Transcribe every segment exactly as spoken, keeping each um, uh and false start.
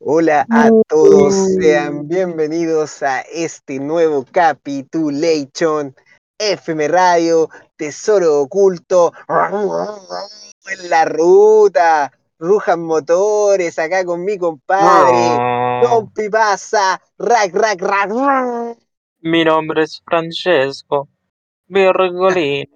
Hola a todos, sean Mm. bienvenidos a este nuevo Capitulation F M Radio, Tesoro Oculto, en la ruta, rujan motores acá con mi compadre, Don Pipasa, rack, rack, rack, rack. Mi nombre es Francesco Virgolín.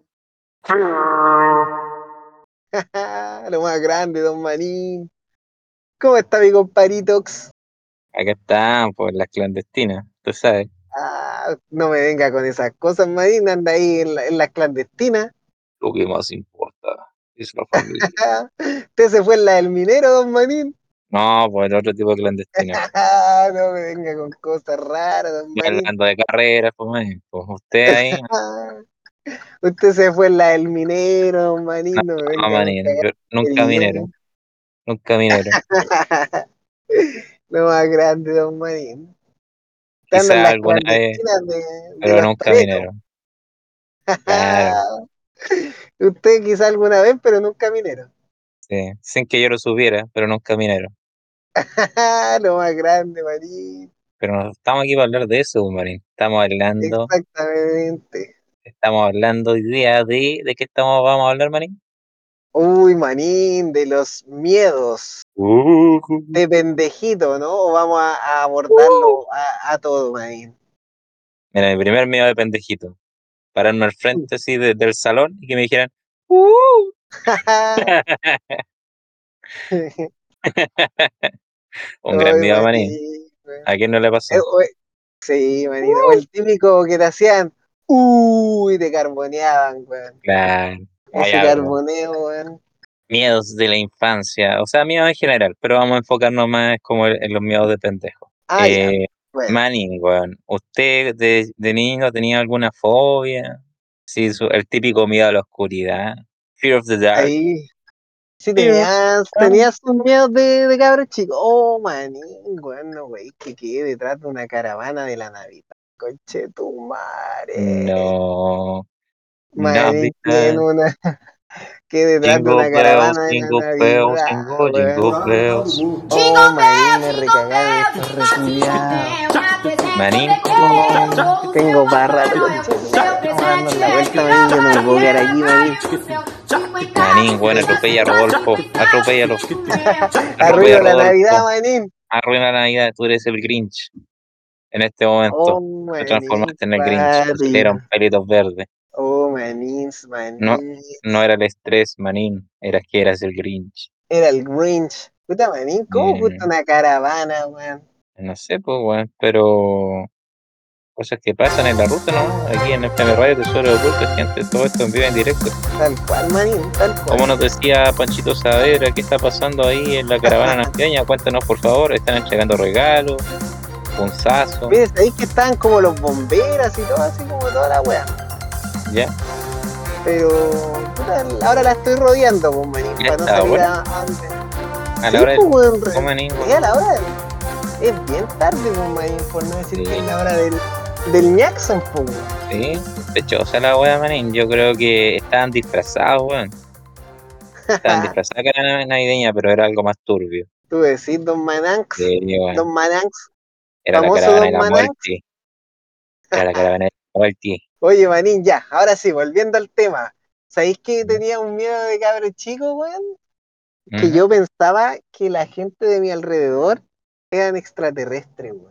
Lo más grande, Don Manín. ¿Cómo está mi compadritox? Acá está, pues las clandestinas, tú sabes, Ah, no me venga con esas cosas, Manín, anda ahí en, la- en las clandestinas. lo que más importa es la familia. Usted se fue en la del minero, don Manín. No, pues el otro tipo de clandestina. No me venga con cosas raras, don Y Manín. hablando de carreras, pues, man, pues usted ahí, Usted se fue en la del minero, don no, Manín. No me no, venga con manino, cagar yo nunca minero, experiencia. nunca minero. Lo más grande, don Manín. Usted anda en Quizás las alguna vez, clandestinas de, de pero los nunca Toretos. minero. Claro, Usted quizá alguna vez, pero nunca minero. sí, sin que yo lo supiera, pero nunca minero. Lo más grande, Manín. Pero no estamos aquí para hablar de eso, pues, Marín. Estamos hablando Exactamente. Estamos hablando hoy día de... ¿De qué estamos, vamos a hablar, Marín? Uy, Manín, de los miedos. Uh, De pendejito, ¿no? ¿O vamos a, a uh. abordarlo a, a todo, Maín? Mira, mi primer miedo de pendejito. Pararme al frente así de- del salón y que me dijeran... "Uh". Un gran Ay, miedo, Marín. Manín, weón. ¿A quién no le Eh, pasó? o- sí, Manín. O Uh. el típico que te hacían, uy, te carboneaban, weón. Claro. Hay Ese algo. carboneo, weón. Miedos de la infancia. O sea, miedos en general. Pero vamos a enfocarnos más como en en los miedos de pendejo. Ah, ya. Eh, Bueno, Manín, weón. ¿Usted de, de niño tenía alguna fobia? Sí, su- el típico miedo a la oscuridad. Fear of the dark. ahí sí Fear of tenías, the dark. tenías un miedo de, de cabros chicos. Oh, Manín, weón, no, wey, que quede detrás de una caravana de la Navidad. Conche tu madre. No. Manín, que en Navidad. una, que detrás de Jingle una bells, caravana de la jingle bells, Navidad, jingle, weón. jingle bells. Oh, Manín, me recagaron estos reculiados. Manín, Oh, tengo para rato, conche tu madre. Vamos a darnos la vuelta, Manín. Yo no me puedo quedar aquí, Manín. Manín, bueno, atropella a Rodolfo. Atropéllalo. Atropella a Arruino la Navidad, Rodolfo. Manín. Arruina la Navidad. Tú eres el Grinch. En este momento. Oh, Te Manín, transformaste en el Grinch. Te salieron cuático. pelitos verdes. Oh, Manins, No, no Manins. era el estrés, Manín. Era que eras el Grinch. Era el Grinch. Puta, Manín, ¿cómo puta Mm, una caravana, weón? no sé, pues, bueno, pero cosas que pasan en la ruta, ¿no? Aquí en F M Radio Tesoro Oculto, gente, todo esto en vivo en directo. Tal cual, Manín, tal Como cual. nos decía Panchito Saavedra, ¿qué está pasando ahí en la caravana navideña? Cuéntanos, por favor. Están entregando regalos, punzazo, Mire, ahí que estaban como los bomberos y todo, así como toda la weá. ¿ya? Pero, puta, ahora la estoy rodeando, pues, Manín, ¿Ya para no está salir ahora? a, a antes. A la Sí, hora pues, del weón, re- coma sí, a ninguno. la hora del- es bien tarde, pues, Manín, por no decir que es Sí, la hora del, del Jackson, pues, weón. sí, sospechosa la wea, manín. Yo creo que estaban disfrazados, weón. Estaban disfrazados que era navideña, pero era algo más turbio. Tú decís, Don Mananx, Sí, weón. Don Mananx, Era la famoso caravana de Don la Mananx. muerte. Era la caravana de la muerte. Oye, Manín, ya, ahora sí, volviendo al tema. ¿Sabéis que Ujú. tenía un miedo de cabro chico, weón? Que yo pensaba que la gente de mi alrededor eran extraterrestres, weón.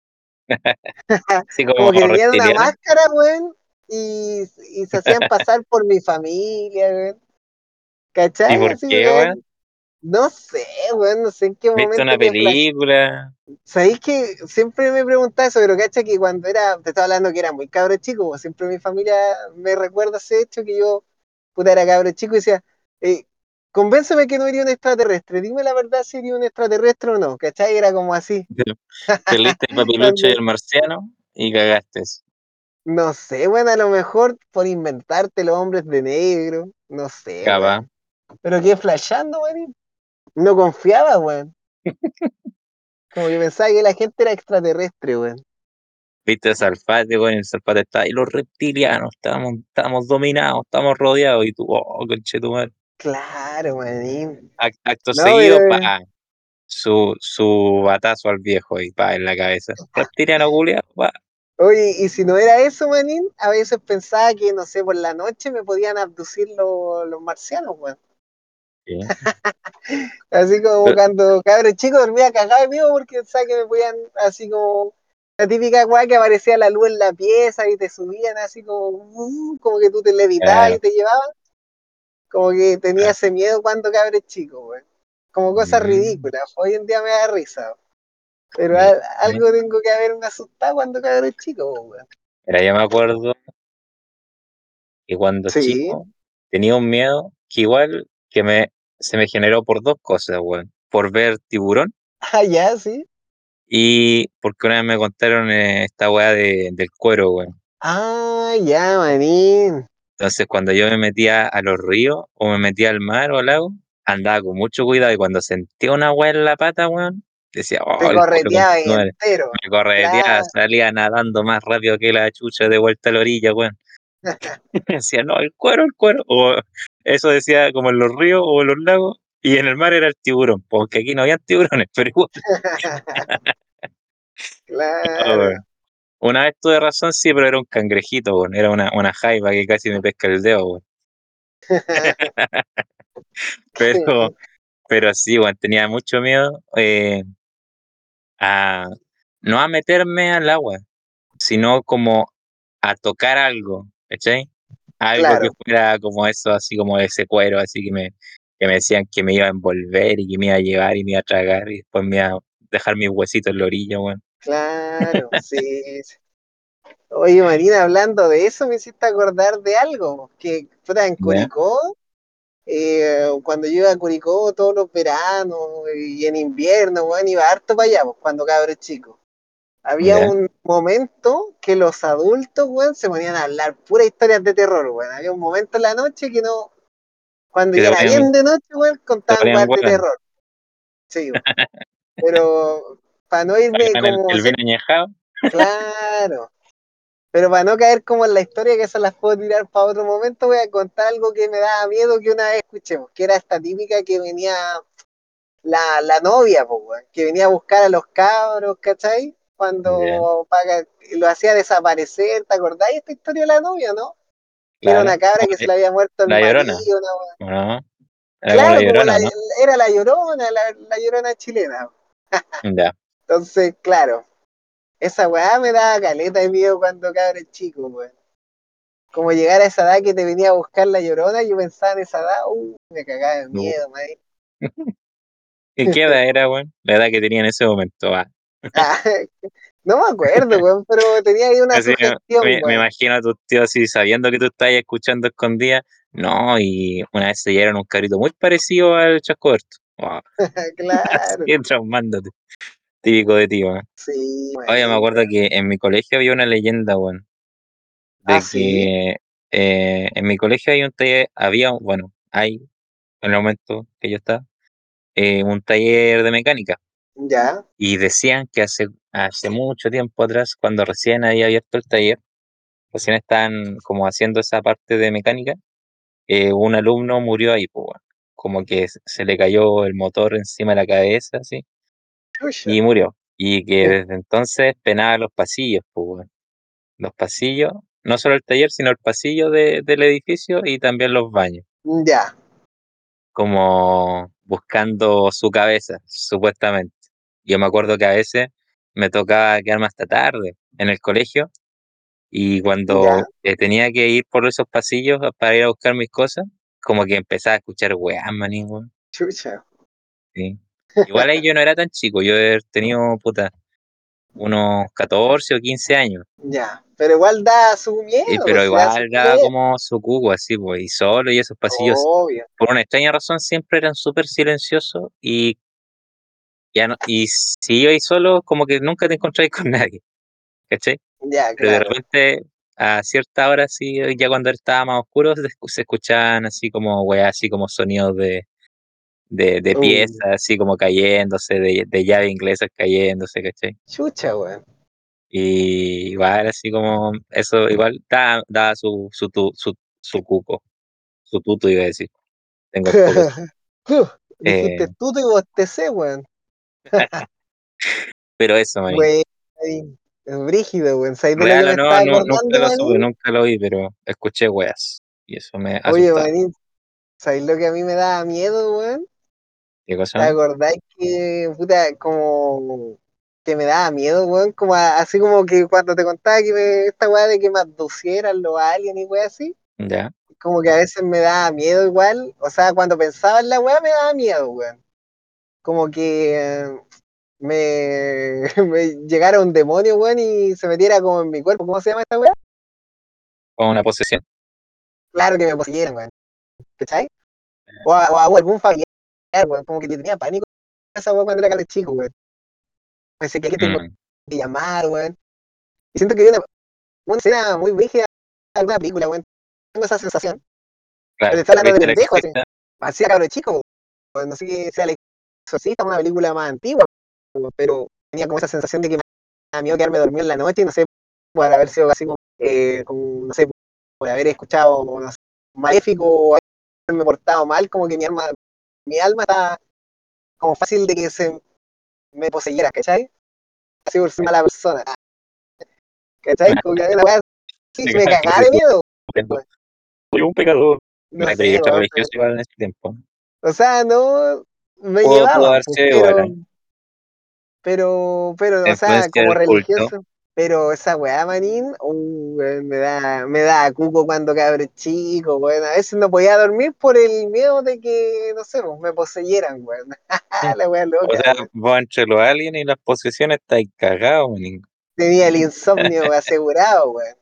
Así como Como que tenían una reptiliano. máscara, weón, y, y se hacían pasar por mi familia, weón. ¿Y ¿Cachai? por Así, qué, weón. weón? No sé, weón, no sé en qué ¿Viste momento una me flash. película? ¿Sabéis que siempre me preguntaba eso, pero cacha que cuando era, te estaba hablando que era muy cabro chico, pues siempre mi familia me recuerda ese hecho que yo, puta, era cabro chico y decía, eh, convénceme que no iría un extraterrestre, dime la verdad si iría un extraterrestre o no, ¿cachai? Era como así. Te leíste el papilucho y Cuando, el marciano y cagaste. no sé, bueno, a lo mejor por inventarte los hombres de negro, no sé, Cava. weón. Pero qué flashando, weón. No confiaba, weón. Como que pensaba que la gente era extraterrestre, weón. Viste a Salfate, weón, y el Salfate está, y los reptilianos, estamos, estamos dominados, estamos rodeados, y tú, oh, conchetumar. Claro, weón. Ac- Acto No, seguido, pa, pero su, su batazo al viejo y pa en la cabeza. Reptiliano culiao, pa. Oye, y si no era eso, manín, a veces pensaba que, no sé, por la noche me podían abducir los, los marcianos, weón. Sí. Así como Pero, cuando cabros chicos dormía cagado de miedo porque pensaba que me podían, así como, la típica weá que aparecía la luz en la pieza y te subían así como, uh, como que tú te levitabas y claro, te llevaban. Como que tenía claro. ese miedo cuando cabros chicos, weón. Como cosas Mm, ridículas. Hoy en día me da risa. Pero mira, a- algo tengo que haberme asustado cuando cabros chicos, weón. mira, yo me acuerdo que cuando Sí. chico tenía un miedo que igual que me se me generó por dos cosas, weón. Por ver tiburón Ah, ya, sí. y porque una vez me contaron eh, esta weá de, del cuero, weón. Ah, ya, manín. Entonces, cuando yo me metía a los ríos o me metía al mar o al lago, andaba con mucho cuidado y cuando sentía una weá en la pata, weón, decía, Te oh, el cuero con correteaba ahí madre. entero. Me correteaba, Claro. salía nadando más rápido que la chucha de vuelta a la orilla, weón. Decía, no, el cuero, el cuero. O eso decía como en los ríos o en los lagos, y en el mar era el tiburón, porque aquí no había tiburones, pero igual. No, Claro. weón. Una vez tuve razón, sí, pero era un cangrejito, weón. Era una, una jaiba que casi me pesca el dedo, weón. Pero, pero sí, weón, tenía mucho miedo eh, a no a meterme al agua, sino como a tocar algo, ¿cachai? Algo que Claro, fuera como eso, así como ese cuero, así que me, que me decían que me iba a envolver y que me iba a llevar y me iba a tragar y después me iba a dejar mis huesitos en la orilla, weón. claro, sí. Sí. Oye, Marina, hablando de eso, me hiciste acordar de algo, que puta, en ¿Ya? Curicó, eh, cuando yo iba a Curicó todos los veranos y en invierno, weón, iba harto para allá, pues, cuando cabros chico. Había ¿Ya? un momento que los adultos, weón, se ponían a hablar puras historias de terror, weón. Había un momento en la noche que no, cuando Que ya te era ponían, bien de noche, weón, te contaban ponían weas de weón. terror. Sí, weón. Pero para no irme Sacaban el, como, el bien añejado. claro, pero para no caer como en la historia, que eso las puedo tirar para otro momento, voy a contar algo que me daba miedo que una vez escuchemos, que era esta típica que venía la, la novia, po, weón, que venía a buscar a los cabros, ¿cachai? Ya, Cuando paga, lo hacía desaparecer, ¿te acordáis esta historia de la novia, no? Que era claro. una cabra Como que se la, le había muerto el la Llorona, marido, una weá. ¿o no? Era como la Claro, como la, Llorona, ¿o no? era la llorona, la, la llorona chilena. Ya. Entonces, claro, esa weá me daba caleta de miedo cuando cabra chico, weón. Como llegar a esa edad que te venía a buscar la llorona, yo pensaba en esa edad, uh, me cagaba de No. miedo, man. ¿Y qué edad era, weón? La edad que tenía en ese momento, ah. Ah, no me acuerdo, weón, pero tenía ahí una Así me, sugestión, me- me weón. imagino a tus tíos así sabiendo que tú estás escuchando escondida. No, y una vez se llevaron un carrito muy parecido al Chascoberto. Wow, Claro, así traumándote. Típico de ti, weón. sí, Oye, me manín, acuerdo weón. que en mi colegio había una leyenda, weón, Ah, de sí, que eh, en mi colegio hay un taller, había, bueno, hay en el momento que yo estaba, eh, un taller de mecánica. ya, Y decían que hace, hace mucho tiempo atrás, cuando recién había abierto el taller, recién estaban como haciendo esa parte de mecánica, eh, un alumno murió ahí, pues, weón. Como que s- se le cayó el motor encima de la cabeza, así, chucha, y murió. Y que desde entonces penaba los pasillos, pues, weón. Los pasillos, no solo el taller, sino el pasillo de- del edificio y también los baños, ya, como buscando su cabeza, supuestamente. Yo me acuerdo que a veces me tocaba quedarme hasta tarde en el colegio y ya, cuando eh, tenía que ir por esos pasillos para ir a buscar mis cosas, como que empezaba a escuchar weá, manín, weón. chucha, Sí. Igual ahí yo no era tan chico, yo he haber tenido, puta, unos catorce o quince años. ya. Pero igual da su Y, miedo, pero se da su igual daba creer. como su cuco así, pues, y solo, y esos pasillos, Obvio, por una extraña razón, siempre eran súper silenciosos y ya no, y si ibas solo, como que nunca te encontrabas con nadie, ¿cachai? ya, Pero de claro. repente, a cierta hora, sí, ya cuando estaba más oscuro, se, escu- se escuchaban así como, weá, así como sonidos de, de, de Uh, piezas, así como cayéndose, de, de llaves inglesas cayéndose, ¿cachai? chucha, weón. Y igual, así como, eso igual da, da su, su, tu- su, su cuco, su tuto, iba a decir, tengo el poco. Huh, Eh, dijiste tú te bostecé, weón. Pero eso, manín. Güey, es brígido, weón. ¿Sabes de lo que Real me o no, estaba no, nunca acordando, lo supe, manín? nunca lo vi, pero escuché weas. Y eso me Oye, asustaba. manín, ¿sabes lo que a mí me daba miedo, weón? ¿Qué ¿Te cosa? acordáis que, puta, como que me daba miedo, weón? Como a- así como que cuando te contaba que me, esta weá de que me abducieran los aliens y weá así, Ya. como que a veces me daba miedo igual. O sea, cuando pensaba en la weá me daba miedo, weón. Como que eh, me, me llegara un demonio, weón, y se metiera como en mi cuerpo. ¿Cómo se llama esta weá? Como una posesión. Claro que me poseyeran, weón. ¿Cachai? O a, o a algún familiar, weón. Como que le tenía pánico a esa weá cuando era cara chico, weón. Pensé que aquí tengo Mm, que llamar, weón. Y siento que vi una, una escena muy brígida de alguna película, weón. Tengo esa sensación. Pero te claro. estoy hablando de ¿Viste el pendejo, así. exorcista? Así a cabro chico, weón. No sé qué sea El Exorcista, una película más antigua, weón, pero tenía como esa sensación de que me daba miedo quedarme dormido en la noche y no sé, por haber sido así como, eh, como, no sé, por haber escuchado, no sé, maléfico o haberme portado mal, como que mi alma, mi alma está como fácil de que se me poseyera, ¿cachai? Así por ser mala persona, ¿cachai? Como que una weá así y me cagaba Así de como miedo, diciendo, soy un pecador. no Me sé, creí weón, pero, religioso igual en ese tiempo. o sea, no me Pudo, pudo llevaban, haber pues, sido igual, pero, ¿eh? pero, pero, La o sea, influencia como del culto. religioso, pero esa weá, manín, uh, weón, me da, me da cuco cuando cabro chico, weón, a veces no podía dormir por el miedo de que, no sé, pues, me poseyeran, weón, Mm. la weá O loca, sea, weón, vos entre los aliens y las posesiones estáis cagados, manín. tenía el insomnio asegurado, weón.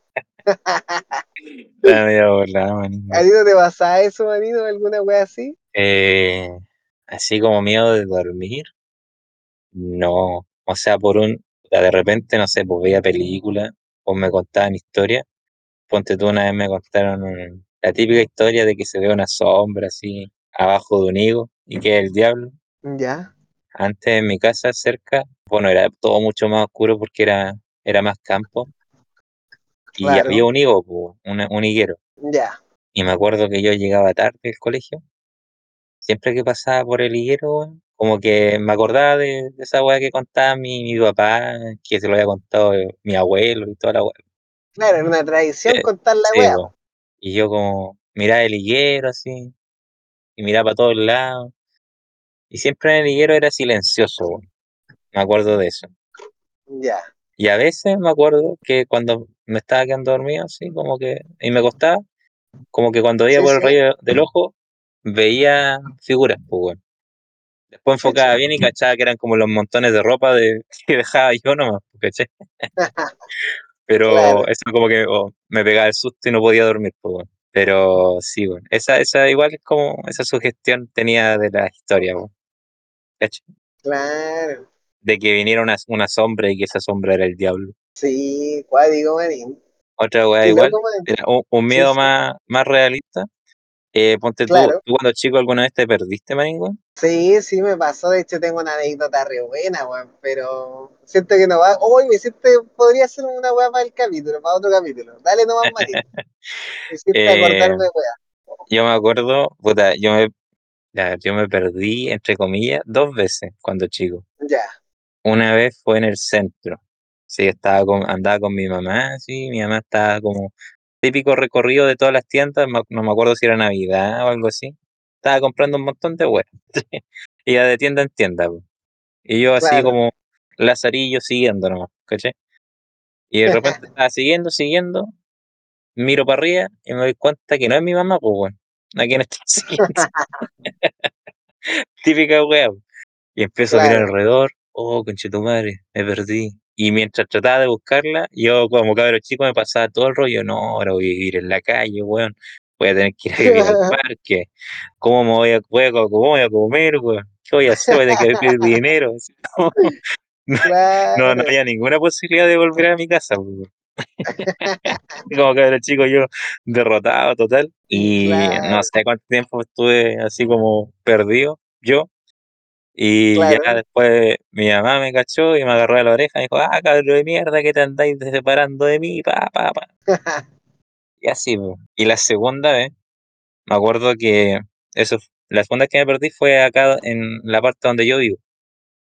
Está medio volada, ¿A manín. ti no te pasa eso, manito, alguna weá así? Eh, Así como miedo de dormir, no. O sea, por un, de repente, no sé, pues veía películas o me contaban historias. Ponte tú, una vez me contaron un- la típica historia de que se ve una sombra así abajo de un higo y que es el diablo. Ya, Antes en mi casa cerca, bueno, era todo mucho más oscuro porque era, era más campo y había claro, un higo, po, una- un higuero. ya, Y me acuerdo que yo llegaba tarde del colegio, siempre que pasaba por el higuero, weón, como que me acordaba de, de esa weá que contaba mi, mi papá, que se lo había contado eh, mi abuelo y toda la weá. claro, era una tradición Eh, contar la Sí, weá, po. po. Y yo como miraba el higuero así, y miraba para todos lados, y siempre en el higuero era silencioso, weón. Me acuerdo de eso. Ya, Y a veces me acuerdo que cuando me estaba quedando dormido, así como que, y me costaba, como que cuando veía sí, por el sí, rayo del ojo, veía figuras, pues, weón. Después enfocaba chucha, bien y cachaba que eran como los montones de ropa de, que dejaba yo nomás, pues, ¿cachai? Pero claro, eso como que oh, me pegaba el susto y no podía dormir, pues, weón. Pero sí, bueno, esa, esa igual es como, esa sugestión tenía de la historia, weón, ¿cachai? claro, De que viniera una, una sombra y que esa sombra era el diablo. sí, cuático, manín, Otra weá qué igual, loco, man, era un, un sí, miedo sí, más, más realista. Eh, ponte tú, claro, tú cuando chico alguna vez te perdiste, manín, weón. sí, sí, me pasó, de hecho tengo una anécdota re buena, weón, pero siento que no va, hoy me hiciste, podría ser una weá para el capítulo, para otro capítulo, dale nomás, manín, me hiciste Eh, acordarme de weá, yo me acuerdo, puta, yo me, ya, yo me perdí, entre comillas, dos veces cuando chico. ya, Una vez fue en el centro. Sí, estaba con, andaba con mi mamá, sí, mi mamá estaba como típico recorrido de todas las tiendas, ma- no me acuerdo si era Navidad o algo así. Estaba comprando un montón de weas. Iba de tienda en tienda, po. Y yo así claro, como lazarillo siguiendo nomás, ¿cachai? Y de repente estaba siguiendo, siguiendo, miro para arriba y me doy cuenta que no es mi mamá, pues bueno. ¿A quién está siguiendo? Típica wea. Y empiezo a mirar claro, alrededor, oh, conchetumare, me perdí. Y mientras trataba de buscarla, yo como cabro chico me pasaba todo el rollo, no, ahora voy a vivir en la calle, weón, voy a tener que ir a vivir al parque, ¿cómo me voy a, voy a- cómo voy a comer, weón? ¿Qué voy a hacer? Voy a tener que pedir dinero. Así, no, no, no claro, había ninguna posibilidad de volver a mi casa, weón. Como cabro chico yo derrotado total. Y no claro, sé cuánto tiempo estuve así como perdido, yo. Y ya claro, después mi mamá me cachó y me agarró de la oreja y dijo, ah, cabrón de mierda, que te andáis separando de mí, pa, pa, pa. Y así, po. Y la segunda vez, me acuerdo que eso, la segunda vez que me perdí fue acá en la parte donde yo vivo.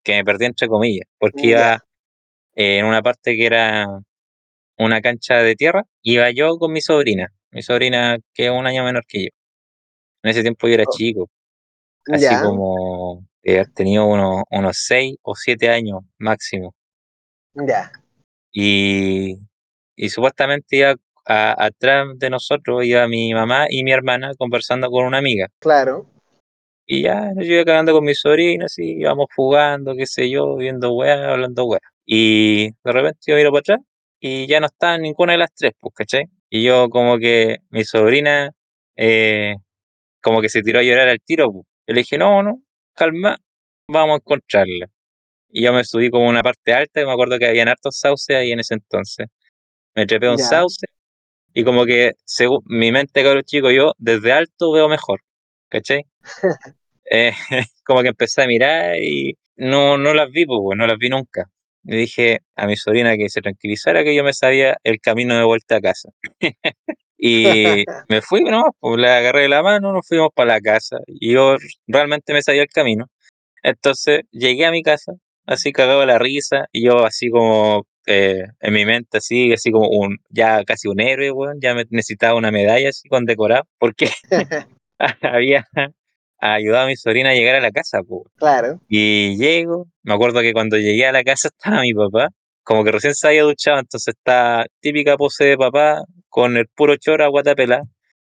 que me perdí entre comillas, porque Ya, iba eh, en una parte que era una cancha de tierra, iba yo con mi sobrina, mi sobrina que es un año menor que yo. En ese tiempo yo era oh, chico, así ya, como de haber tenido unos, unos seis o siete años máximo. ya, Y, y supuestamente iba a- atrás de nosotros, iba mi mamá y mi hermana conversando con una amiga. claro, Y ya yo iba cagando con mi sobrina, así, íbamos jugando, qué sé yo, viendo weas, hablando weas. Y de repente yo miro para atrás y ya no estaba ninguna de las tres, pues, ¿cachai? Y yo como que mi sobrina eh, como que se tiró a llorar al tiro, pues. Yo le dije, no, no, calma, vamos a encontrarla. Y yo me subí como a una parte alta y me acuerdo que habían hartos sauces ahí en ese entonces. Me trepé a un ya, sauce y como que según mi mente, cabrón chico, yo desde alto veo mejor, ¿cachai? Eh, como que empecé a mirar y no, no las vi, pues, weón, no las vi nunca. Le dije a mi sobrina que se tranquilizara, que yo me sabía el camino de vuelta a casa. Y me fui, ¿no? Pues la agarré de la mano, nos fuimos para la casa. Y yo realmente me sabía el camino. Entonces llegué a mi casa, así cagado de la risa, y yo así como eh, en mi mente, así, así como un, ya casi un héroe, weón, ya me necesitaba una medalla así condecorada, porque había ayudado a mi sobrina a llegar a la casa, pues. claro. Y llego, me acuerdo que cuando llegué a la casa estaba mi papá, como que recién se había duchado, entonces está típica pose de papá, con el puro choro a guatapelá,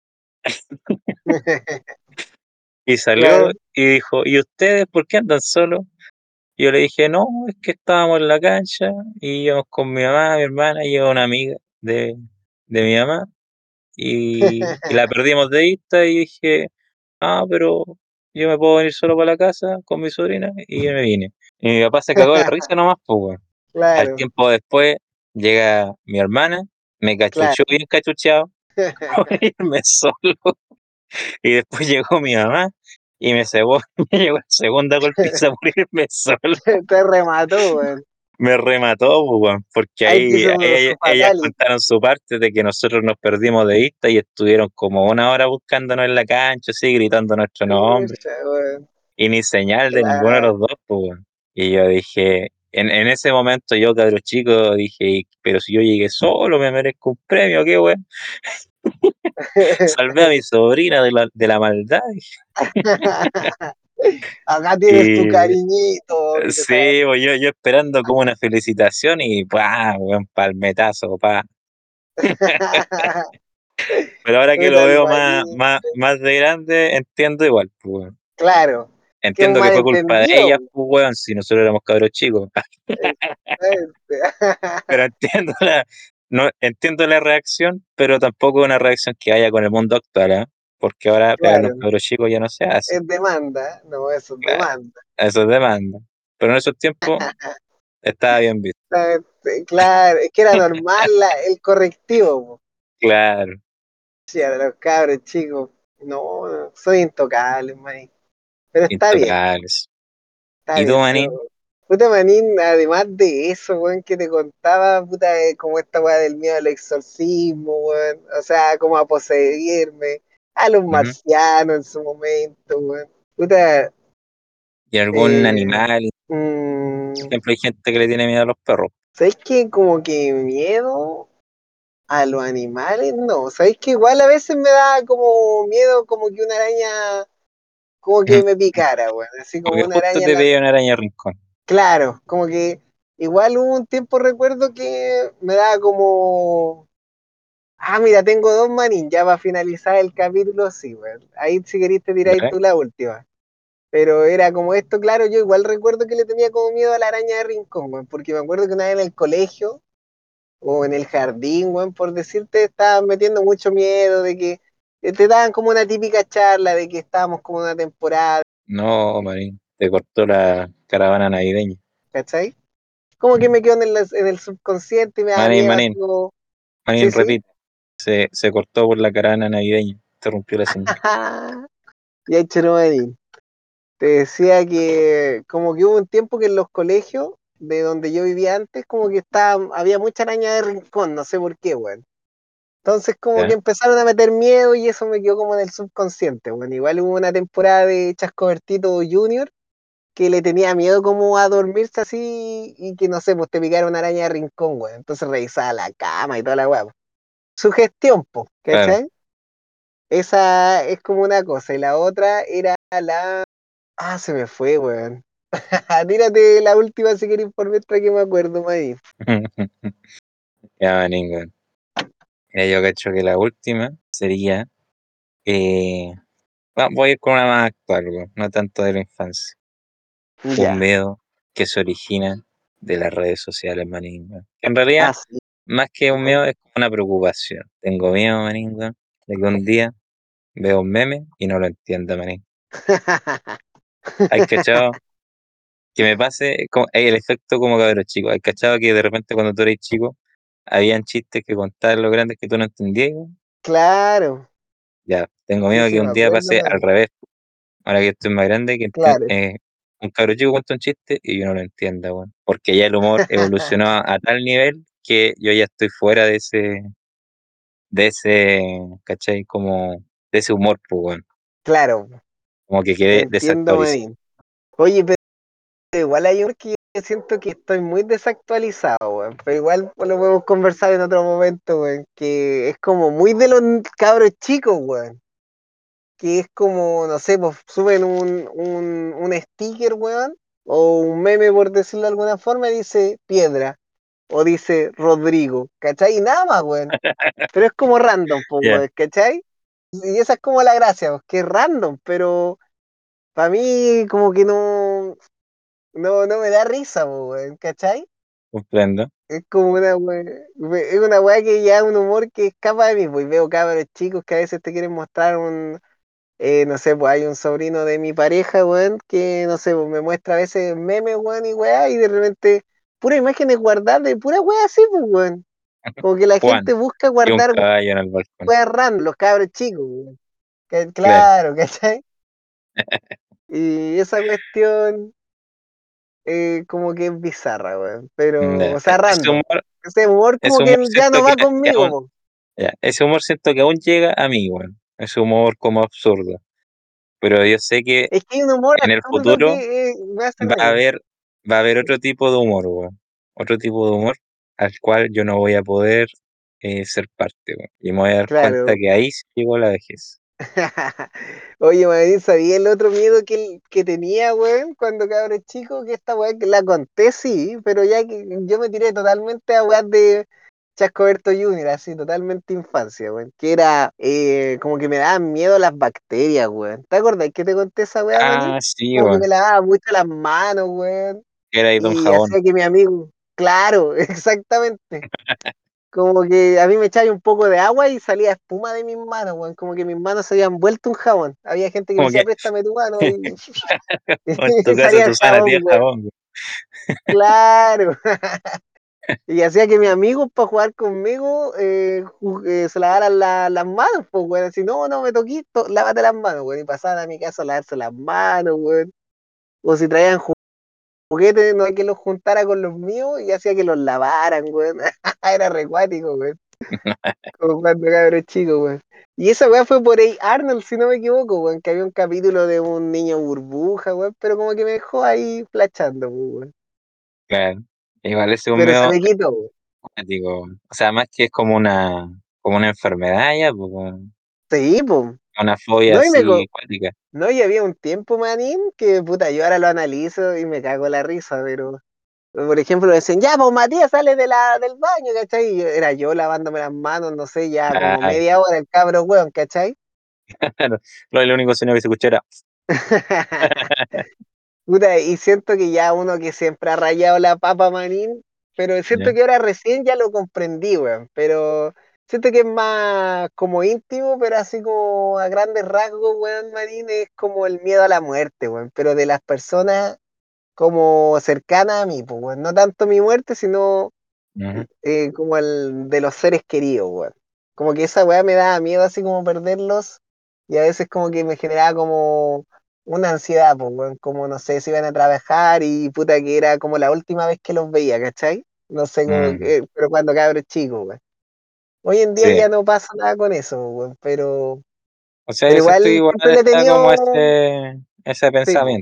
y salió Claro. y dijo, ¿y ustedes por qué andan solos? Y yo le dije, no, es que estábamos en la cancha y íbamos con mi mamá, mi hermana y una amiga de, de mi mamá, y, y la perdimos de vista y dije, ah, pero yo me puedo venir solo para la casa con mi sobrina y yo me vine. Y mi papá se cagó de la risa nomás, pues, weón. Al Claro, tiempo después llega mi hermana, me cachuchó claro. bien cachucheado por irme solo. Y después llegó mi mamá y me cebó, me llegó la segunda golpiza por irme solo. Te remató, weón. Me remató, pues, weón, porque Ahí te ahí hizo ella- su ellas fatality. contaron su parte de que nosotros nos perdimos de vista y estuvieron como una hora buscándonos en la cancha, así, gritando nuestro nombre. Chucha, weón. Y ni señal de ninguno de Claro. los dos, pues, weón. Y yo dije, en, en ese momento yo, cabro chico, dije, pero si yo llegué solo, me merezco un premio, qué weón. Salvé a mi sobrina de la, de la maldad. Acá tienes tu Y cariñito. Y te saca- sí, pues, yo, yo esperando como una felicitación y ¡pah! Weón, palmetazo, pa. Pero ahora que Puta lo el veo más, maní. más, más de grande, entiendo igual, pues, weón. Claro, que es un Entiendo que fue culpa de ellas, malentendido. pues, weón, si nosotros éramos cabros chicos. Exactamente. Pero entiendo la, no, entiendo la reacción, pero tampoco una reacción que haya con el mundo actual, ¿ah? Porque ahora pegarle a un Claro, cabro chico ya no se hace, es demanda. No, eso es claro, demanda. eso es demanda. Pero en esos tiempos estaba bien visto, Exactamente, claro, es que era normal la- el correctivo, po. claro, Sí, a los cabros chicos. No, no, soy intocable, man. Pero está bien, intocables. está ¿Y tú, bien. Pero, Manín? puta manín, además de eso, weón, que te contaba, puta, eh, como esta weá del miedo al exorcismo, weón. O sea, como a poseerme, a los Ujú. marcianos en su momento, weón. Puta, ¿Y algún eh, animal? Por mm, ejemplo, hay gente que le tiene miedo a los perros. ¿sabes qué? Como que miedo a los animales, no. ¿Sabes que igual a veces me da como miedo como que una araña, como que me picara, weón? Así Como como que una justo araña en te la... veía una araña rincón. Claro, como que igual hubo un tiempo, recuerdo que me daba como... Ah, mira, tengo dos manín, ya para finalizar el capítulo, sí, weón. Ahí si querés te tiráis ¿Dale? tú la última. Pero era como esto, claro, yo igual recuerdo que le tenía como miedo a la araña de rincón, weón, porque me acuerdo que una vez en el colegio o en el jardín, weón, por decirte, estaban metiendo mucho miedo de que eh, te daban como una típica charla de que estábamos como en una temporada, No, Manín, te cortó la caravana navideña. ¿cachai? Como que me quedó en el, en el subconsciente y me da Manín, miedo así Manín, como, sí, Manín, sí. repite. Se, se cortó por la caravana navideña. Interrumpió la señal. Y ahí Cherumanín. Te decía que como que hubo un tiempo que en los colegios de donde yo vivía antes, como que estaba, había mucha araña de rincón, no sé por qué, weón. Entonces como que ¿Ya? empezaron a meter miedo y eso me quedó como en el subconsciente. Bueno, igual hubo una temporada de Chascobertito Junior que le tenía miedo como a dormirse así y que no sé, pues te picara una araña de rincón, weón. Entonces revisaba la cama y toda la weá. Su gestión, po, claro. ¿cachai? Esa es como una cosa. Y la otra era la. Ah, se me fue, weón. Tírate la última si querés por mientras que me acuerdo, Madrid. Ya, manín, weón. Mira, yo cacho que la última sería. Eh, va- voy a ir con una más actual, weón, no tanto de la infancia. Un Ya. miedo que se origina de las redes sociales, manín, weón. En realidad, Ah, sí. más que un Ajá. miedo, es como una preocupación. Tengo miedo, manín, weón, de que un día veo un meme y no lo entienda, manín. ¿Hay cachado? Que me pase como, hay el efecto como cabros chicos. ¿Hay cachado que de repente cuando tú eres chico, habían chistes que contaban los grandes que tú no entendías, weón? Claro. Ya, tengo Sí, miedo de sí, que me un día acuerdo, pase al Madrid. revés. Ahora que estoy más grande, que enti- Claro. eh, un cabro chico cuenta un chiste y yo no lo entienda, weón. Porque ya el humor evolucionó a, a tal nivel que yo ya estoy fuera de ese, de ese, ¿cachai? Como de ese humor, pues, weón. Claro. Como que Te quedé entiendo, desactualizado. Madrid. Oye, pero igual hay un que yo siento que estoy muy desactualizado, weón. Pero igual pues, lo podemos conversar en otro momento, weón. Que es como muy de los cabros chicos, weón. Que es como, no sé, pues suben un, un, un sticker, weón. O un meme, por decirlo de alguna forma, y dice piedra. O dice Rodrigo. ¿Cachai? Y nada más, weón. Pero es como random, pues, Ya, weón. ¿Cachai? Y esa es como la gracia, pues, que es random, pero para mí como que no, no, no me da risa, po, weón, ¿cachai? comprendo. Es como una weá, es una weá que ya es un humor que escapa de mí, pues y veo cabros chicos que a veces te quieren mostrar un, eh, no sé, pues hay un sobrino de mi pareja, weón, que no sé, pues me muestra a veces memes, weón, y weá, y de repente puras imágenes guardadas de pura weá así, pues, weón. Como que la Juan gente busca y un guardar caballo en el balcón. weá random, los cabros chicos, weón. Que- Claro, Claro, ¿cachai? Y esa cuestión eh, como que es bizarra, weón. Pero, ya. o E- sea, Ese random. humor, Ese humor como ese humor que ya siento no que, va que conmigo, aún, po. ya, ese humor siento que aún llega a mí, weón. Ese humor como absurdo. Pero yo sé que Es que hay un humor en el absurdo futuro que eh, me hace va a reír. haber, va a haber otro tipo de humor, weón. Otro tipo de humor al cual yo no voy a poder eh, ser parte, weón. Y me voy a dar cuenta Claro. que ahí sí llegó la vejez. Oye, Madrid, ¿sabía el otro miedo que, que tenía, weón, cuando cabrón chico? Que esta weá que la conté, sí, pero ya que yo me tiré totalmente a weá de Chascoberto junior, así, totalmente infancia, weón. Que era eh, como que me daban miedo las bacterias, weón. ¿Te acordás que te conté esa weá, Manín? Ah, sí, Como que weón. me lavaba mucho las manos, weón. Era ahí Don Y Jabón. hacía que mi amigo, claro, exactamente. Como que a mí me echaba un poco de agua y salía espuma de mis manos, weón. Como que mis manos se habían vuelto un jabón. Había gente que me Como decía, que préstame tu mano y, en tu y casa salía tú sana jabón, tía weón. jabón, weón. Claro. Y hacía que mis amigos para jugar conmigo eh, ju- eh, se lavaran la- las manos, pues, weón. Así, no, no me toquís, to- lávate las manos, weón. Y pasaban a mi casa a lavarse las manos, weón. O si traían ju- juguetes, no hay que los juntara con los míos y hacía que los lavaran, weón. Era recuático, weón. Como cuando cabros chico, weón. Y esa weá fue por ahí Arnold, si no me equivoco, weón, que había un capítulo de un niño burbuja, weón, pero como que me dejó ahí flachando, pues, weón. Claro. Igual ese es un Pero se medio me quitó, weón. cuático, weón. O sea, más que es como una, como una enfermedad ya, pues, weón. Sí, pues. Una fobia No, y me así co- cuática. no, y había un tiempo, manín, que puta, yo ahora lo analizo y me cago en la risa, pero por ejemplo, decían, ya, pues Matías sale de la, del baño, ¿cachai? Y yo- era yo lavándome las manos, no sé, ya como Claro, media hora el cabro, weón, ¿cachai? claro. Lo, el único sonido que se escucha era. Puta, y siento que ya uno que siempre ha rayado la papa, manín, pero siento Ya. que ahora recién ya lo comprendí, weón. Pero siento que es más como íntimo, pero así como a grandes rasgos, weón, manín, es como el miedo a la muerte, weón. Pero de las personas como cercanas a mí, pues, weón. No tanto mi muerte, sino Ujú, eh, como el de los seres queridos, weón. Como que esa weá me daba miedo así como perderlos y a veces como que me generaba como una ansiedad, pues, weón, como no sé si iban a trabajar y puta que era como la última vez que los veía, ¿cachai? No sé, como mm, que, pero cuando cabros chicos, weón. Hoy en día sí. ya no pasa nada con eso, weón, pero, O sea, pero yo siento que igual igual siempre le he está como tenido, ese, ese sí, po, pensamiento.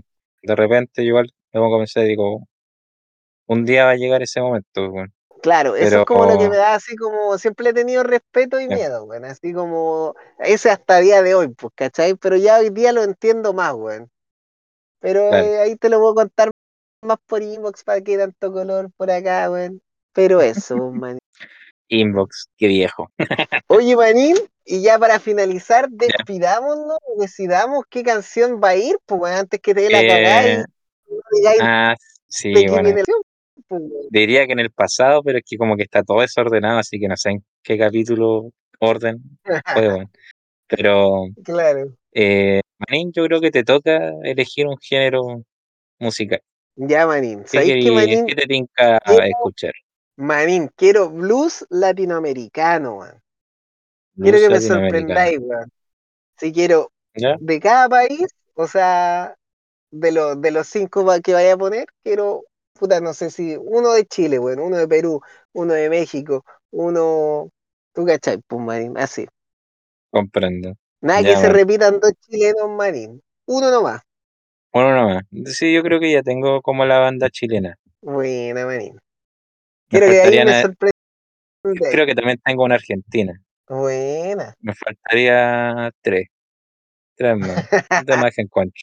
de repente igual me pongo a pensar y digo, un día va a llegar ese momento, weón. Claro, eso es Pero, como lo que me da así como, siempre he tenido respeto y ya, miedo, weón, así como, ese hasta día de hoy, pues, ¿cachai? Pero ya hoy día lo entiendo más, weón. Pero claro, eh, ahí te lo puedo contar más por inbox para que tanto color por acá, weón. Pero eso, man. inbox, qué viejo. Oye, Manín, y ya para finalizar, Ya. despidámonos, decidamos qué canción va a ir, pues, weón, antes que te dé la cagada y Eh, no digáis ah, de sí, qué bueno, viene la canción, pues, weón. diría que en el pasado, pero es que como que está todo desordenado, así que no sé en qué capítulo, orden, fue, bueno. Pero, Claro. eh, Manín, yo creo que te toca elegir un género musical. Ya, Manín. ¿Qué ¿Sabéis qué, querí, Manín? qué te tinca Quiero, escuchar? Manín, quiero blues latinoamericano, weón. Quiero Blues que me latinoamericano. sorprendáis, weón. Si quiero ¿Ya? de cada país, o sea, de, los de los cinco pa- que vaya a poner, quiero, puta, no sé si uno de Chile, weón, uno de Perú, uno de México, uno, tú cachai, pues, Manín, así. Comprendo. Nada que Ya, se bueno. repitan dos chilenos, Manín. Uno nomás. Bueno, nomás. Sí, yo creo que ya tengo como la banda chilena. Buena, Manín. Me Quiero que ahí faltarían, me a- sorprendáis. creo que también tengo una argentina. Buena. Me faltaría tres, tres más. De más que encuentro.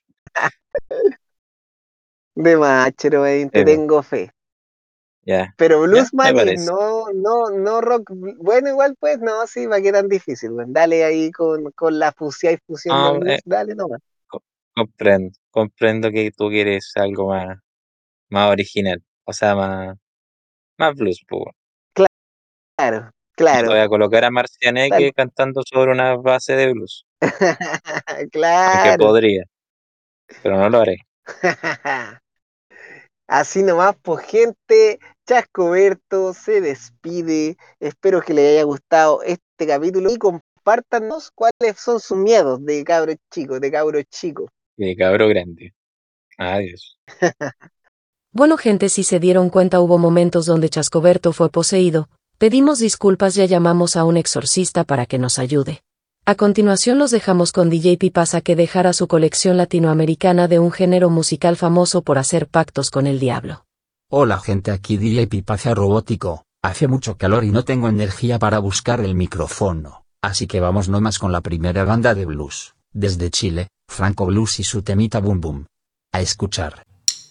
De machero, Manín, te Sí, po. tengo fe. Ya, Pero ya, Blues me Manín, parece. no, no, no rock. Bueno, igual pues, no, sí, va a quedar tan difícil, weón. Dale ahí con, con la fusión y fusión del No, eh, blues, dale nomás. co- comprendo. Comprendo que tú quieres algo más, más original. O sea, más, más blues, po. Claro, Yo te voy claro, a colocar a tal. Marcianeque cantando sobre una base de blues. Aunque Claro. podría, pero no lo haré. Así nomás, pues gente, Chascoberto se despide. Espero que les haya gustado este capítulo y compártanos cuáles son sus miedos de cabros chicos, de cabros chicos. De cabro grande. Adiós. Bueno, gente, si se dieron cuenta, hubo momentos donde Chascoberto fue poseído. Pedimos disculpas, ya llamamos a un exorcista para que nos ayude. A continuación los dejamos con D J Pipasa, que dejará su colección latinoamericana de un género musical famoso por hacer pactos con el diablo. Hola gente, aquí D J Pipaza Robótico. Hace mucho calor y no tengo energía para buscar el micrófono, así que vamos nomás con la primera banda de blues, desde Chile, Franco Blues y su temita Boom Boom. A escuchar.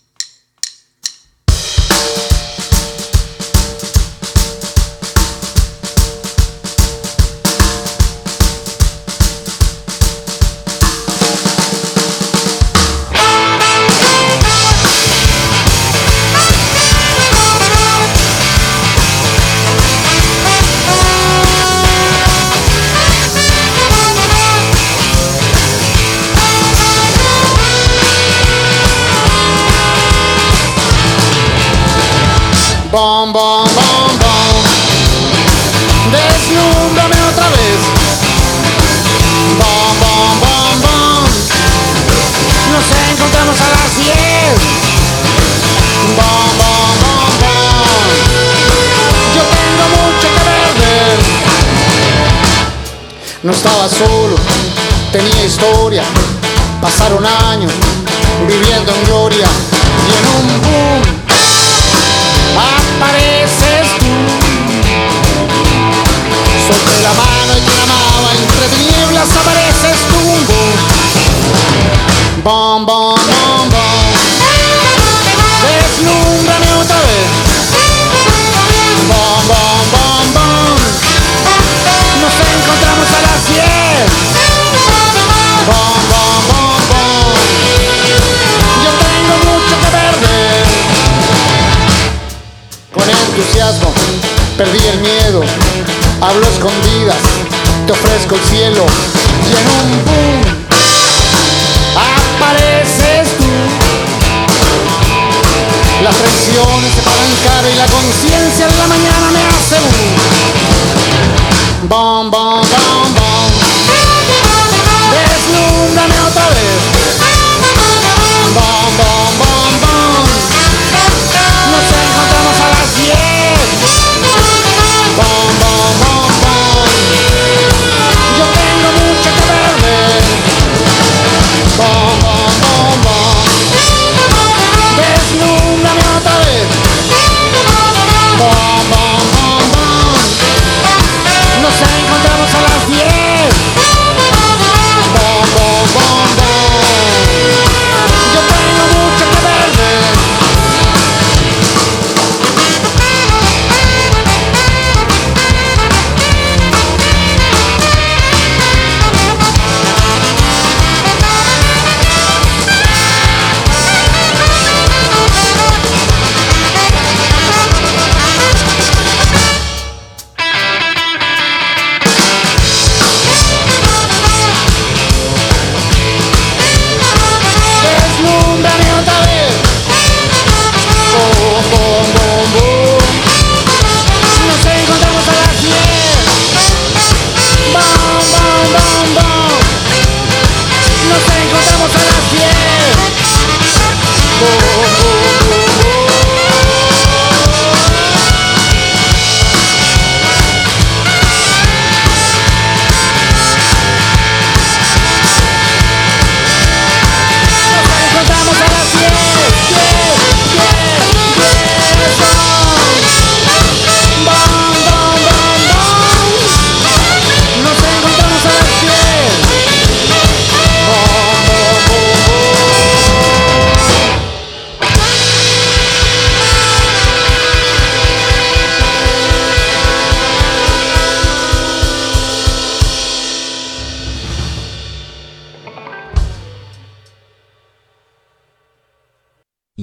Bom, bom, bom, bom. Deslúmbrame otra vez. Bom, bom, bom, bom. Nos encontramos a las diez. Bom, bom, bom, bom. Yo tengo mucho que perder. No estaba solo, tenía historia. Pasaron años viviendo en gloria y en un boom apareces tú. Solté la mano y te amaba, entre tinieblas apareces tú. Bom, bom, bom, bom. Deslúmbrame otra vez. Bom, bom, bom, bom. Nos encontramos a las diez. Bom, bom, bom, bom. Yo tengo mucho que perder. Con entusiasmo perdí el miedo, hablo escondidas, te ofrezco el cielo y en un boom apareces tú. Las traiciones se pagan caro y la conciencia en la mañana me hace boom. Bom, bom, bom, bom. Deslúmbrame otra vez. Bom, bom, bom, bom. Nos encontramos a las diez. Bom, bom, bom, bom. Yo tengo mucho que perder. Bom, bom, bom, bom.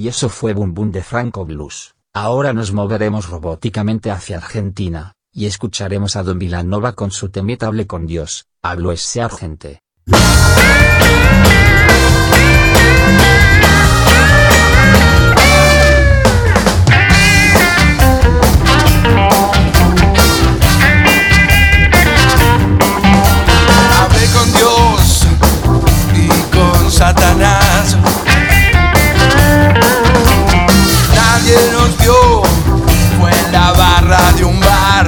Y eso fue Boom Boom de Franco Blues. Ahora nos moveremos robóticamente hacia Argentina, y escucharemos a Don Vilanova con su temita Hable con Dios, habló ese argente. Hablé con Dios y con Satanás. Nadie nos vio, fue en la barra de un bar.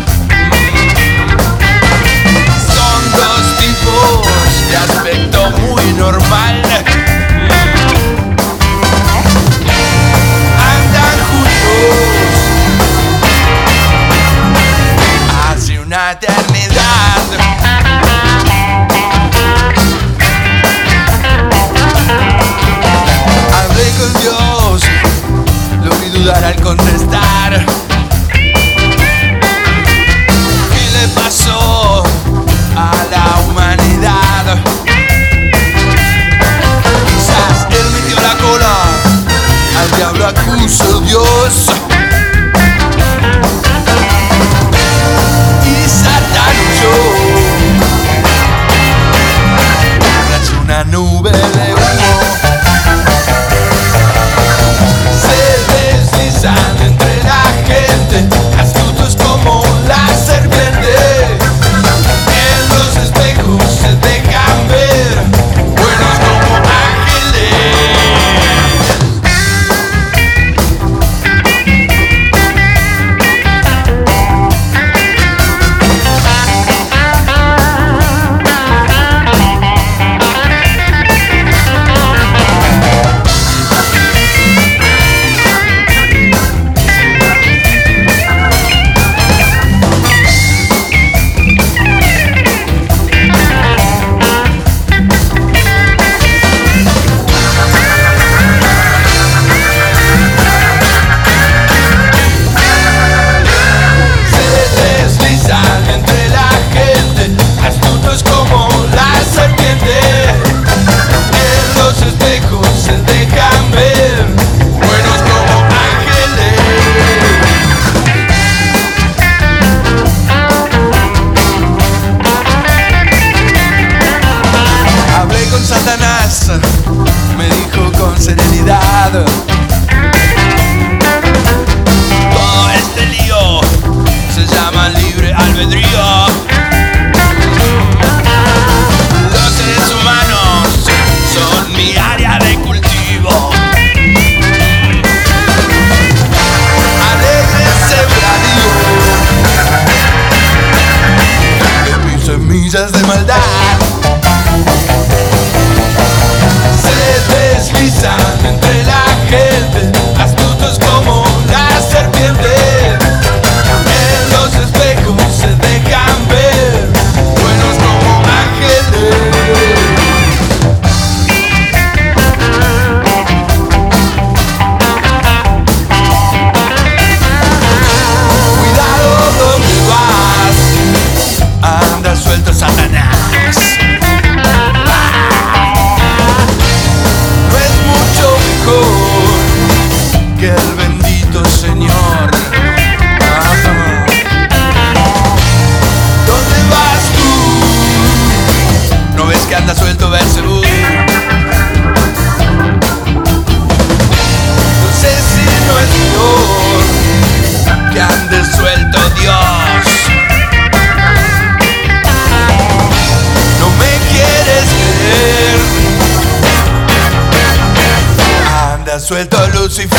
Son dos tipos de aspecto muy normal. Andan juntos hace una eternidad. Hablé con Dios, lo vi dudar al contestar. ¿Qué le pasó a la humanidad? Quizás él metió la cola, al diablo acusó Dios. Y Satán huyó tras una nube de humo. Entre la gente, astutos como la serpiente. En los espejos se dejan ver, buenos como ángeles. Me dijo con serenidad: todo este lío se llama libre albedrío. Los seres humanos son mi área de cultivo. Alegre sembradío de mis semillas de maldad. Entre la gente, astutos como la serpiente. En los espejos se dejan ver, buenos como ángeles. Cuidado donde vas, anda suelto Satanás. Que el bendito Señor. Ajá. ¿Dónde vas tú? ¿No ves que anda suelto Beelzebú? No sé si no es Dios que ande suelto Dios. No me quieres creer, anda suelto Lucifer.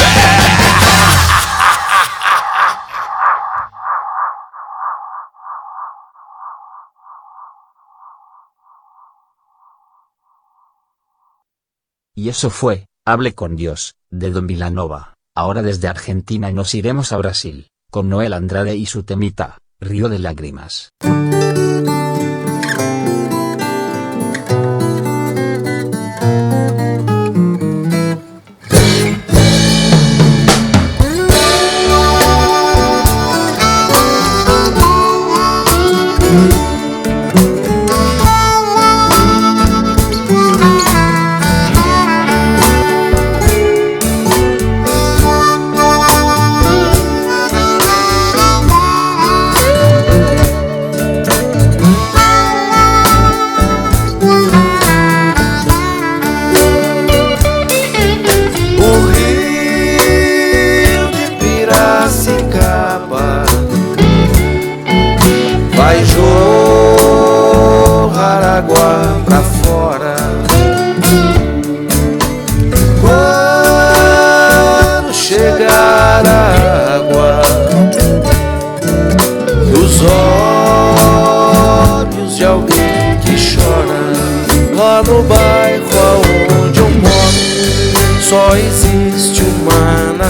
Y eso fue Hable con Dios, de Don Vilanova. Ahora desde Argentina nos iremos a Brasil, con Noel Andrade y su temita, Río de Lágrimas.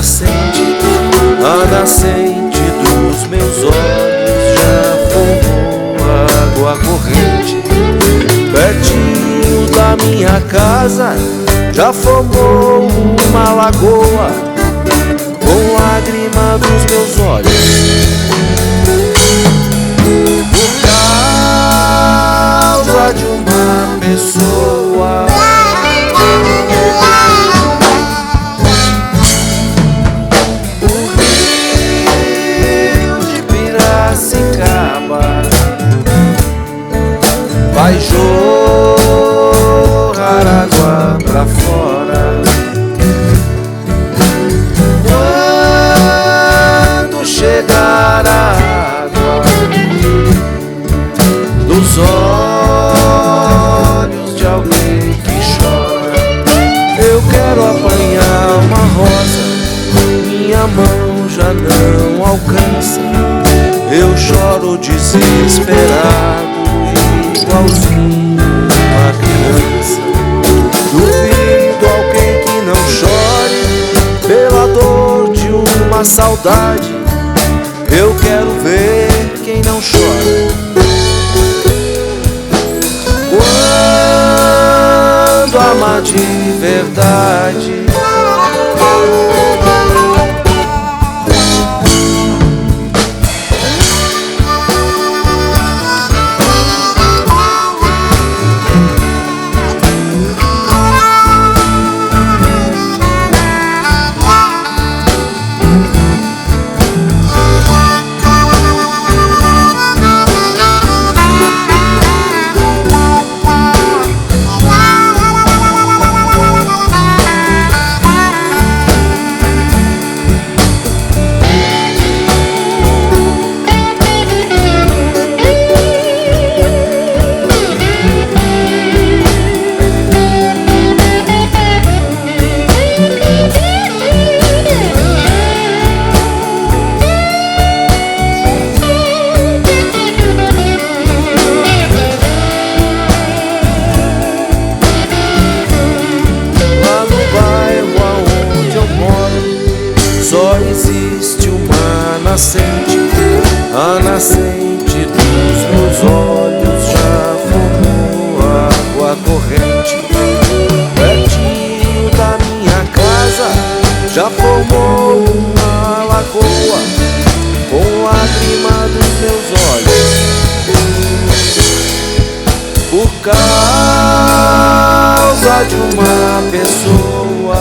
nascente, a nascente dos meus olhos já formou água corrente. Pertinho da minha casa já formou uma lagoa com lágrima dos meus olhos. Por causa de uma pessoa. O rio de Piracicaba vai jorrar água pra fora. Quando chegar a água dos olhos de alguém que chora, eu quero apanhar uma rosa, minha mão já não alcança. Eu choro desesperado, igualzinho uma criança. Duvido alguém que não chore pela dor de uma saudade. Eu quero ver quem não chora quando ama de verdade. A nascente dos meus olhos já formou água corrente. Pertinho da minha casa já formou uma lagoa com lágrima dos meus olhos. Por causa de uma pessoa.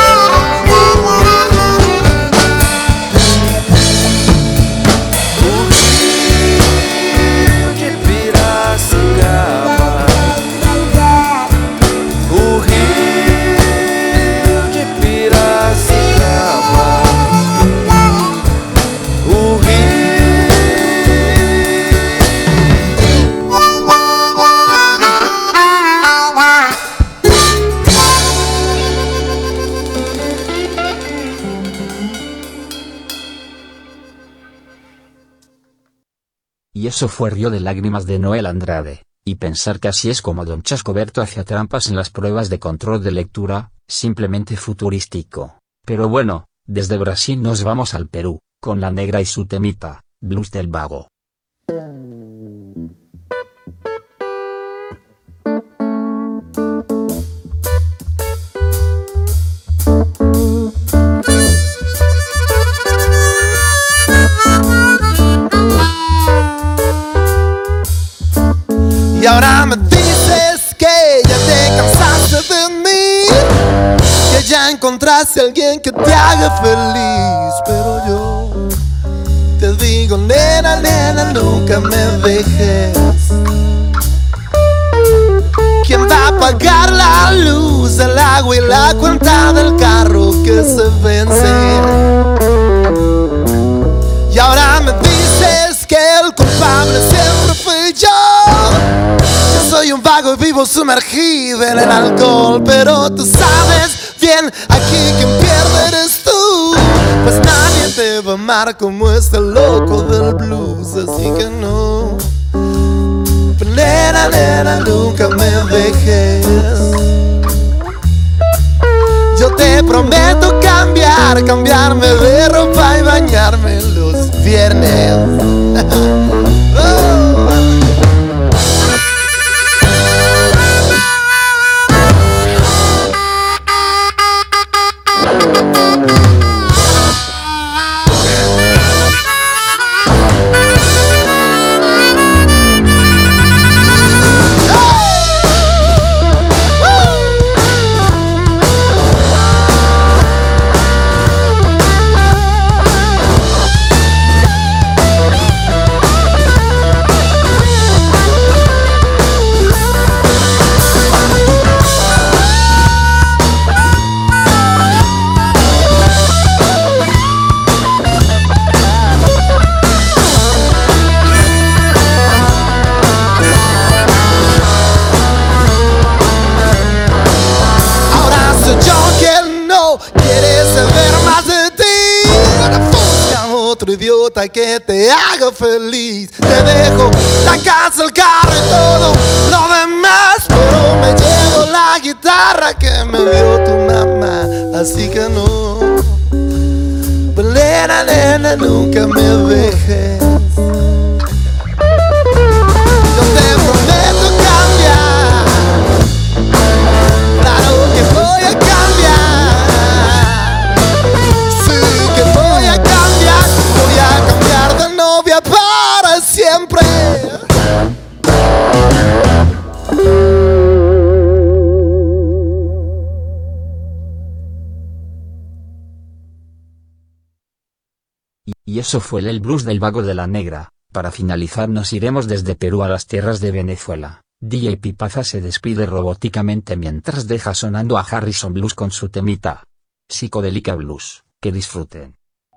Y eso fue Río de Lágrimas de Noel Andrade, y pensar que así es como Don Chascoberto hacía trampas en las pruebas de control de lectura, simplemente futurístico. Pero bueno, desde Brasil nos vamos al Perú, con La Negra y su temita, Blues del Vago. Y ahora me dices que ya te cansaste de mí, que ya encontraste a alguien que te haga feliz. Pero yo te digo, nena, nena, nunca me dejes. ¿Quién va a pagar la luz, el agua y la cuenta del carro que se vence? Y ahora me dices que el culpable siempre fui yo. Yo soy un vago y vivo sumergido en el alcohol, pero tú sabes bien aquí quien pierde eres tú, pues nadie te va a amar como este loco del blues, así que no. Pero nena, nena, nunca me dejes. Yo te prometo cambiar, cambiarme de ropa y bañarme los viernes. Oh. Idiota que te haga feliz. Te dejo la casa, el carro y todo lo demás, pero me llevo la guitarra que me dio tu mamá. Así que no, nena, nena, nunca me dejes. Yo te prometo cambiar, claro que voy a cambiar. Sí que voy a cambiar. Voy a cambiar de novia para siempre. Y eso fue el blues del Vago de la Negra. Para finalizar nos iremos desde Perú a las tierras de Venezuela. D J Pipaza se despide robóticamente mientras deja sonando a Harrison Blues con su temita Psicodélica Blues. Que disfruten.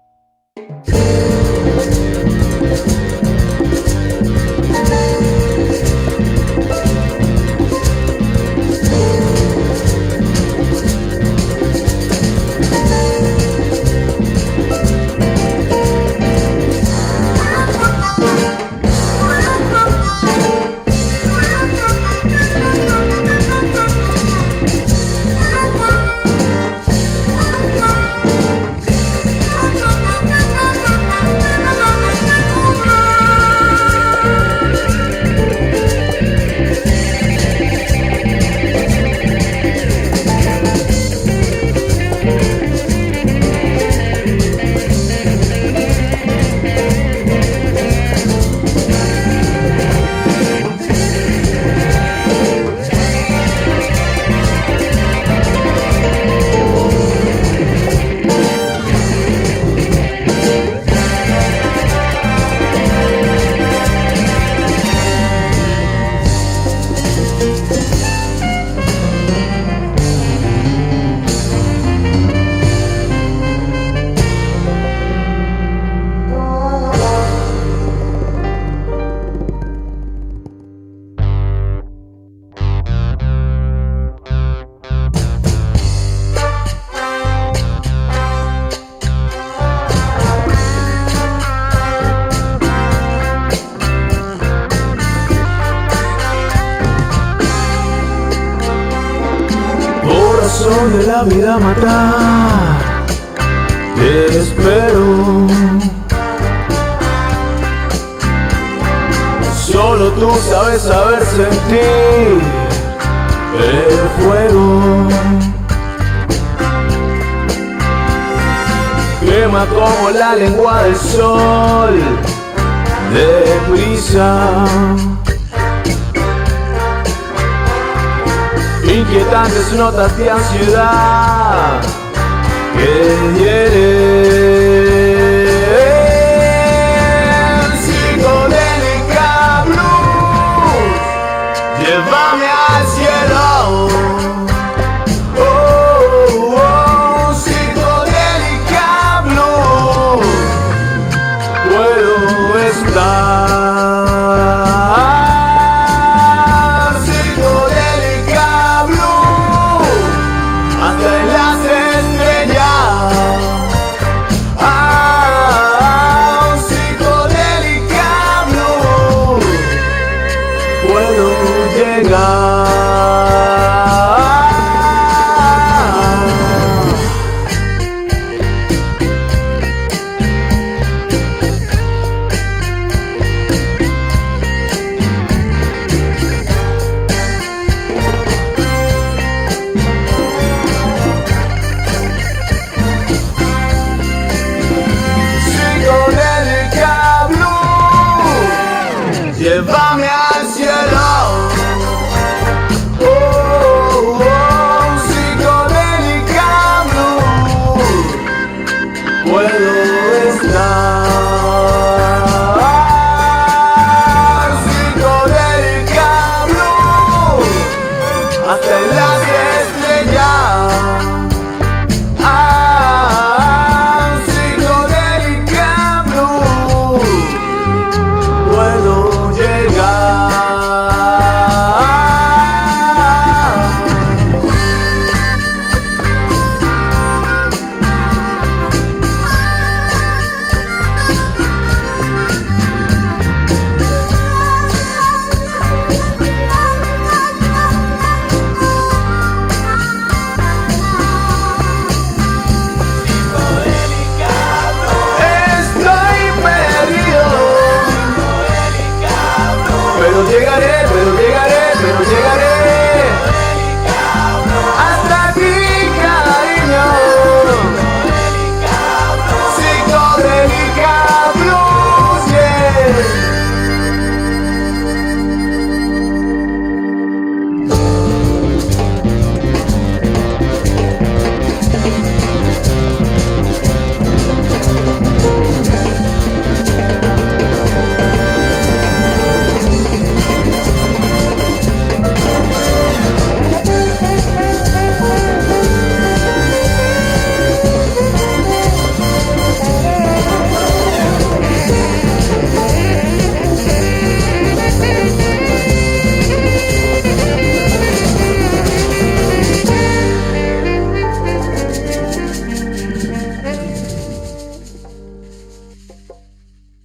De la vida matar, te espero. Solo tú sabes saber sentir el fuego. Quema como la lengua del sol, deprisa. Inquietantes notas de ansiedad que hieren.